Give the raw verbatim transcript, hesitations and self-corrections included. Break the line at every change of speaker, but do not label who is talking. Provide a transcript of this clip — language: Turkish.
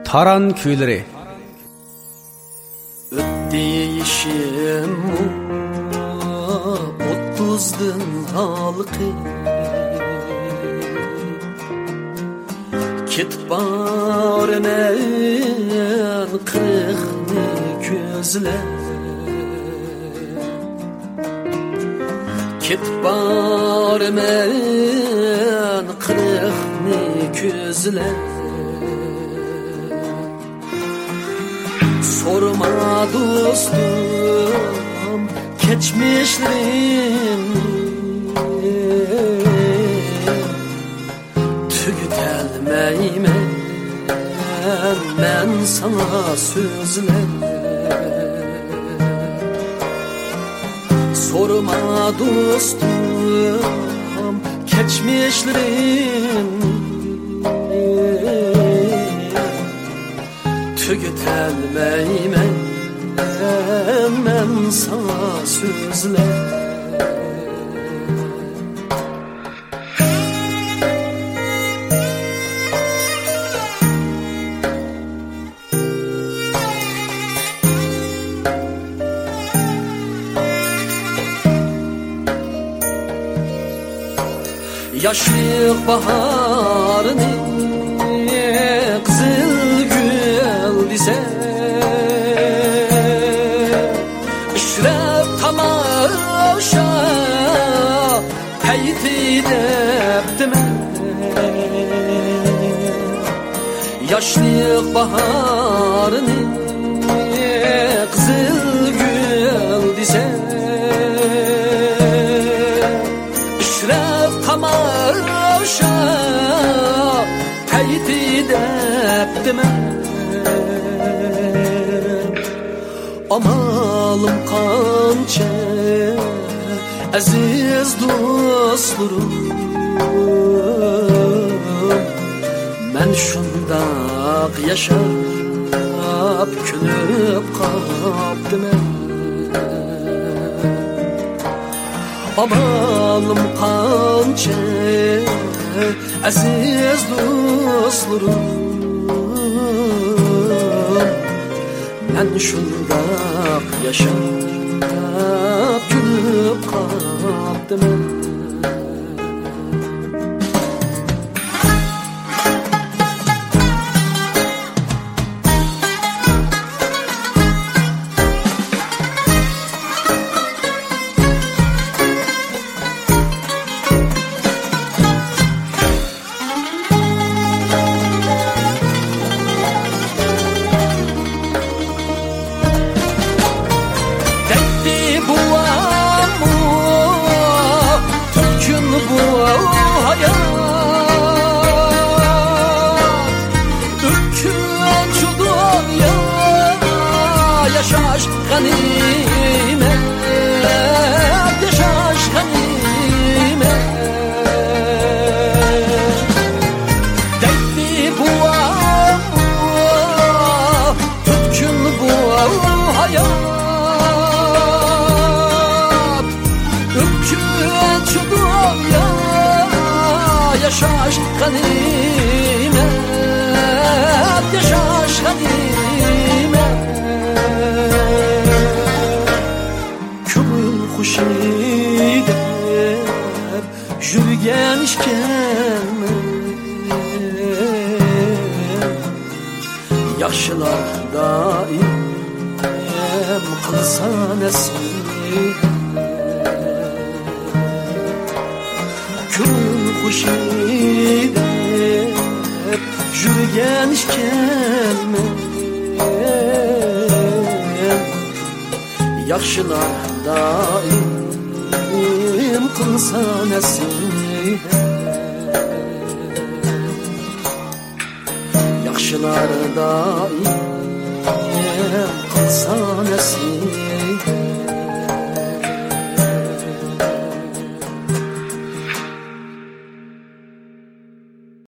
Taran köyleri.
Ötdeyişim otuzdan halkı Kit barmen kırıkni gözle Kit barmen kırıkni gözle Sorma dostum geçmişlerim Tügütelmeymen ben sana sözler Sorma dostum geçmişlerim Tügütelmeymen ben sana sözler Yaşlık baharını kızıl gül dize İşrep tamaşa peyti deptime Yaşlık baharını kızıl gül dize İşrep tamaşa peyti deptime Amalım kança aziz dostlarım Ben şundak yaşap külüp kaptım Amalım kança aziz dostlarım Ben şundak yaşap külüp kaptım Yaşaş ganimet, yaşaş ganimet Dertli bu an, tutkun bu hayat Öpkün şu dünya, yaşaş ganimet, yaşaş ganimet Huşidep jürgen işken Yaşlılar daim kılsa nasihat Kül huşidep jürgen işken Yaşlılar daim kılsa nasihat Yaşlılar daim kılsa nasihat